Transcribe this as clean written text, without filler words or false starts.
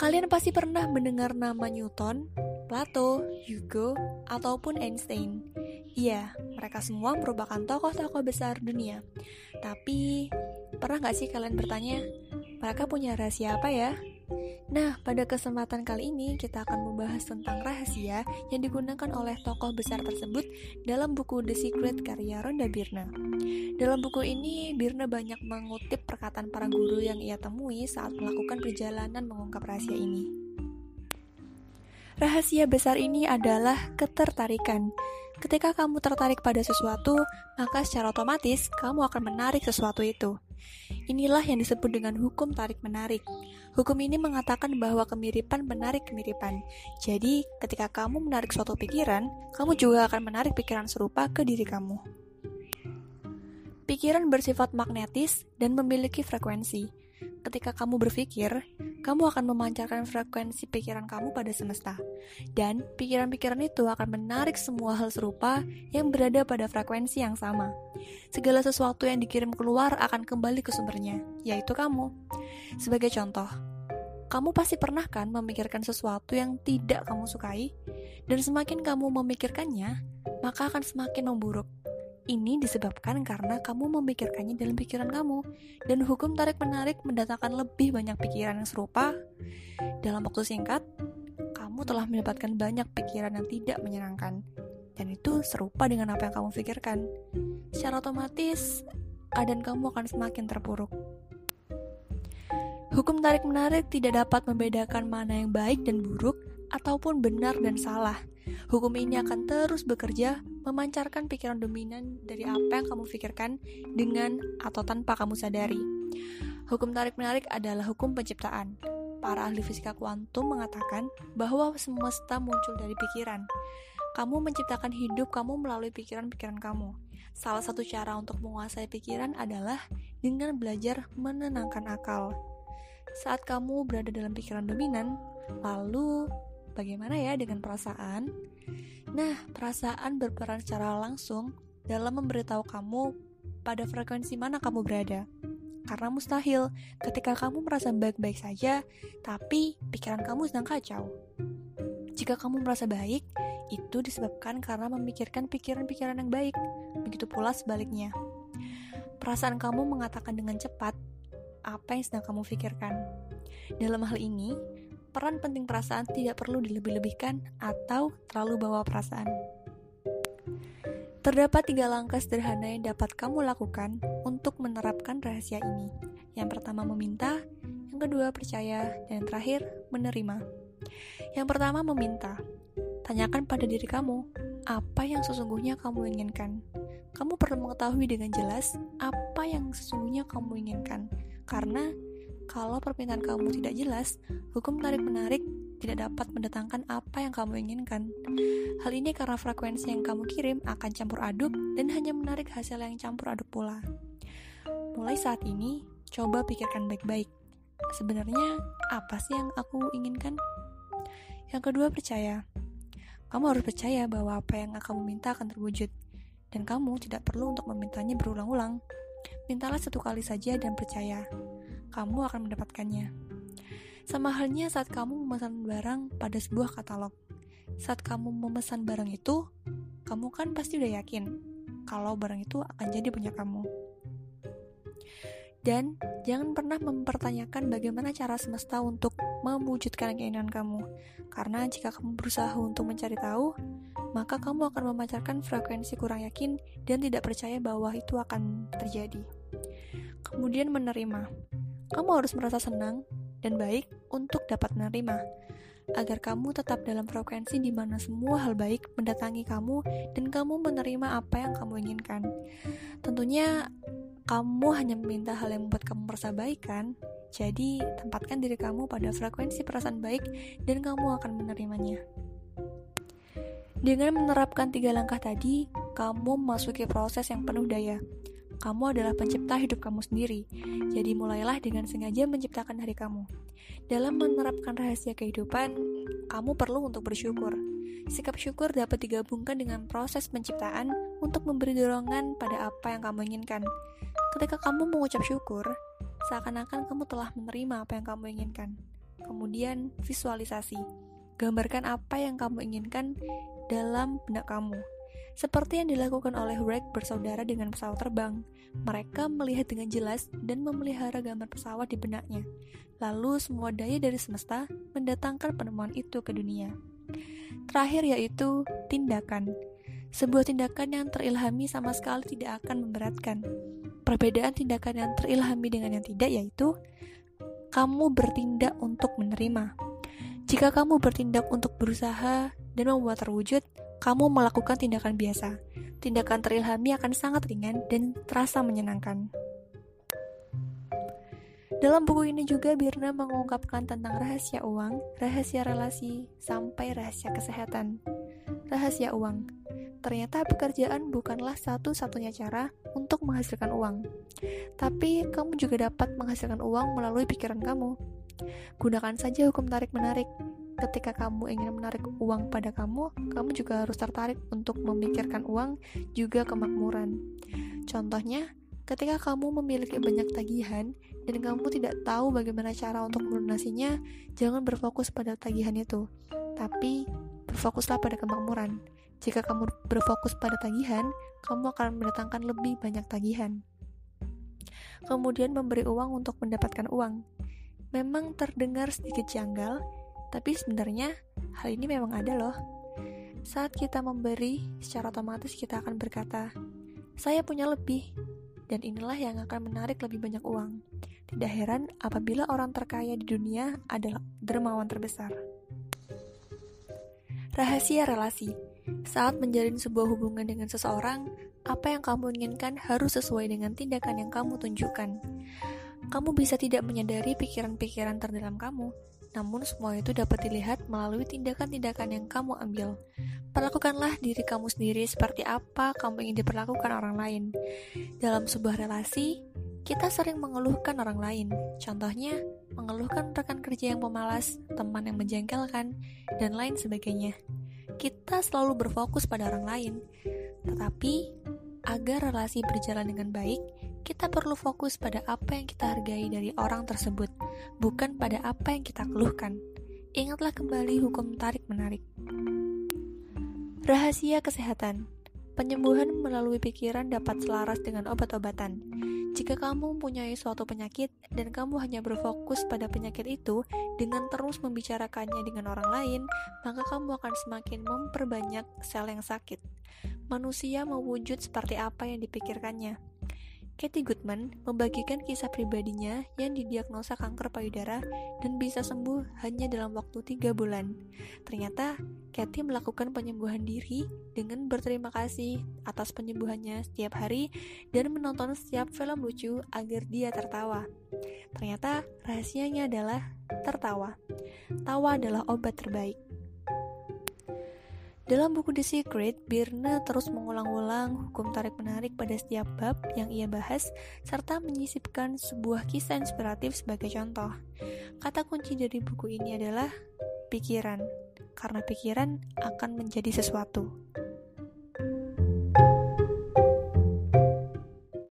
Kalian pasti pernah mendengar nama Newton, Plato, Hugo, ataupun Einstein. Iya, mereka semua merupakan tokoh-tokoh besar dunia. Tapi, pernah gak sih kalian bertanya, mereka punya rahasia apa ya? Nah, pada kesempatan kali ini kita akan membahas tentang rahasia yang digunakan oleh tokoh besar tersebut dalam buku The Secret karya Rhonda Byrne. Dalam buku ini, Byrne banyak mengutip perkataan para guru yang ia temui saat melakukan perjalanan mengungkap rahasia ini. Rahasia besar ini adalah ketertarikan. Ketika kamu tertarik pada sesuatu, maka secara otomatis kamu akan menarik sesuatu itu. Inilah yang disebut dengan hukum tarik-menarik. Hukum ini mengatakan bahwa kemiripan menarik kemiripan. Jadi, ketika kamu menarik suatu pikiran, kamu juga akan menarik pikiran serupa ke diri kamu. Pikiran bersifat magnetis dan memiliki frekuensi. Ketika kamu berpikir, kamu akan memancarkan frekuensi pikiran kamu pada semesta. Dan pikiran-pikiran itu akan menarik semua hal serupa yang berada pada frekuensi yang sama. Segala sesuatu yang dikirim keluar akan kembali ke sumbernya, yaitu kamu. Sebagai contoh, kamu pasti pernah kan memikirkan sesuatu yang tidak kamu sukai? Dan semakin kamu memikirkannya, maka akan semakin memburuk. Ini disebabkan karena kamu memikirkannya dalam pikiran kamu, dan hukum tarik-menarik mendatangkan lebih banyak pikiran yang serupa. Dalam waktu singkat, kamu telah mendapatkan banyak pikiran yang tidak menyenangkan, dan itu serupa dengan apa yang kamu pikirkan. Secara otomatis, keadaan kamu akan semakin terpuruk. Hukum tarik-menarik tidak dapat membedakan mana yang baik dan buruk, ataupun benar dan salah. Hukum ini akan terus bekerja, memancarkan pikiran dominan dari apa yang kamu pikirkan dengan atau tanpa kamu sadari. Hukum tarik-menarik adalah hukum penciptaan. Para ahli fisika kuantum mengatakan bahwa semesta muncul dari pikiran. Kamu menciptakan hidup kamu melalui pikiran-pikiran kamu. Salah satu cara untuk menguasai pikiran adalah dengan belajar menenangkan akal. Saat kamu berada dalam pikiran dominan, lalu bagaimana ya dengan perasaan? Nah, perasaan berperan secara langsung dalam memberitahu kamu pada frekuensi mana kamu berada. Karena mustahil ketika kamu merasa baik-baik saja, tapi pikiran kamu sedang kacau. Jika kamu merasa baik, itu disebabkan karena memikirkan pikiran-pikiran yang baik. Begitu pula sebaliknya. Perasaan kamu mengatakan dengan cepat apa yang sedang kamu pikirkan. Dalam hal ini, peran penting perasaan tidak perlu dilebih-lebihkan atau terlalu bawa perasaan. Terdapat 3 langkah sederhana yang dapat kamu lakukan untuk menerapkan rahasia ini. Yang pertama meminta, yang kedua percaya, dan yang terakhir menerima. Yang pertama meminta. Tanyakan pada diri kamu, apa yang sesungguhnya kamu inginkan. Kamu perlu mengetahui dengan jelas apa yang sesungguhnya kamu inginkan. Karena kalau permintaan kamu tidak jelas, hukum tarik-menarik tidak dapat mendatangkan apa yang kamu inginkan. Hal ini karena frekuensi yang kamu kirim akan campur aduk dan hanya menarik hasil yang campur aduk pula. Mulai saat ini, coba pikirkan baik-baik. Sebenarnya, apa sih yang aku inginkan? Yang kedua, percaya. Kamu harus percaya bahwa apa yang kamu minta akan terwujud. Dan kamu tidak perlu untuk memintanya berulang-ulang. Mintalah 1 kali saja dan percaya. Kamu akan mendapatkannya. Sama halnya saat kamu memesan barang pada sebuah katalog. Saat kamu memesan barang itu, kamu kan pasti udah yakin kalau barang itu akan jadi punya kamu. Dan jangan pernah mempertanyakan bagaimana cara semesta untuk mewujudkan keinginan kamu. Karena jika kamu berusaha untuk mencari tahu, maka kamu akan memancarkan frekuensi kurang yakin dan tidak percaya bahwa itu akan terjadi. Kemudian menerima. Kamu harus merasa senang dan baik untuk dapat menerima, agar kamu tetap dalam frekuensi di mana semua hal baik mendatangi kamu dan kamu menerima apa yang kamu inginkan. Tentunya, kamu hanya meminta hal yang membuat kamu merasa baik kan? Jadi, tempatkan diri kamu pada frekuensi perasaan baik dan kamu akan menerimanya. Dengan menerapkan 3 langkah tadi, kamu memasuki proses yang penuh daya. Kamu adalah pencipta hidup kamu sendiri, jadi mulailah dengan sengaja menciptakan hari kamu. Dalam menerapkan rahasia kehidupan, kamu perlu untuk bersyukur. Sikap syukur dapat digabungkan dengan proses penciptaan untuk memberi dorongan pada apa yang kamu inginkan. Ketika kamu mengucap syukur, seakan-akan kamu telah menerima apa yang kamu inginkan. Kemudian visualisasi. Gambarkan apa yang kamu inginkan dalam benak kamu. Seperti yang dilakukan oleh Wright bersaudara dengan pesawat terbang. Mereka melihat dengan jelas dan memelihara gambar pesawat di benaknya. Lalu semua daya dari semesta mendatangkan penemuan itu ke dunia. Terakhir yaitu tindakan. Sebuah tindakan yang terilhami sama sekali tidak akan memberatkan. Perbedaan tindakan yang terilhami dengan yang tidak yaitu kamu bertindak untuk menerima. Jika kamu bertindak untuk berusaha dan membuat terwujud, kamu melakukan tindakan biasa. Tindakan terilhami akan sangat ringan dan terasa menyenangkan. Dalam buku ini juga Birna mengungkapkan tentang rahasia uang, rahasia relasi, sampai rahasia kesehatan. Rahasia uang. Ternyata pekerjaan bukanlah satu-satunya cara untuk menghasilkan uang. Tapi kamu juga dapat menghasilkan uang melalui pikiran kamu. Gunakan saja hukum tarik-menarik. Ketika kamu ingin menarik uang pada kamu juga harus tertarik untuk memikirkan uang, juga kemakmuran. Contohnya, ketika kamu memiliki banyak tagihan dan kamu tidak tahu bagaimana cara untuk melunasinya, jangan berfokus pada tagihan itu, tapi berfokuslah pada kemakmuran. Jika kamu berfokus pada tagihan, kamu akan mendatangkan lebih banyak tagihan. Kemudian memberi uang untuk mendapatkan uang. Memang terdengar sedikit janggal, tapi sebenarnya hal ini memang ada loh. Saat kita memberi, secara otomatis kita akan berkata, saya punya lebih, dan inilah yang akan menarik lebih banyak uang. Tidak heran apabila orang terkaya di dunia adalah dermawan terbesar. Rahasia relasi. Saat menjalin sebuah hubungan dengan seseorang, apa yang kamu inginkan harus sesuai dengan tindakan yang kamu tunjukkan. Kamu bisa tidak menyadari pikiran-pikiran terdalam kamu, namun semua itu dapat dilihat melalui tindakan-tindakan yang kamu ambil. Perlakukanlah diri kamu sendiri seperti apa kamu ingin diperlakukan orang lain. Dalam sebuah relasi, kita sering mengeluhkan orang lain. Contohnya, mengeluhkan rekan kerja yang pemalas, teman yang menjengkelkan, dan lain sebagainya. Kita selalu berfokus pada orang lain. Tetapi, agar relasi berjalan dengan baik, kita perlu fokus pada apa yang kita hargai dari orang tersebut, bukan pada apa yang kita keluhkan. Ingatlah kembali hukum tarik-menarik. Rahasia kesehatan. Penyembuhan melalui pikiran dapat selaras dengan obat-obatan. Jika kamu mempunyai suatu penyakit dan kamu hanya berfokus pada penyakit itu dengan terus membicarakannya dengan orang lain, maka kamu akan semakin memperbanyak sel yang sakit. Manusia mewujud seperti apa yang dipikirkannya. Katie Goodman membagikan kisah pribadinya yang didiagnosa kanker payudara dan bisa sembuh hanya dalam waktu 3 bulan. Ternyata, Katie melakukan penyembuhan diri dengan berterima kasih atas penyembuhannya setiap hari dan menonton setiap film lucu agar dia tertawa. Ternyata, rahasianya adalah tertawa. Tawa adalah obat terbaik. Dalam buku The Secret, Birna terus mengulang-ulang hukum tarik-menarik pada setiap bab yang ia bahas, serta menyisipkan sebuah kisah inspiratif sebagai contoh. Kata kunci dari buku ini adalah pikiran, karena pikiran akan menjadi sesuatu.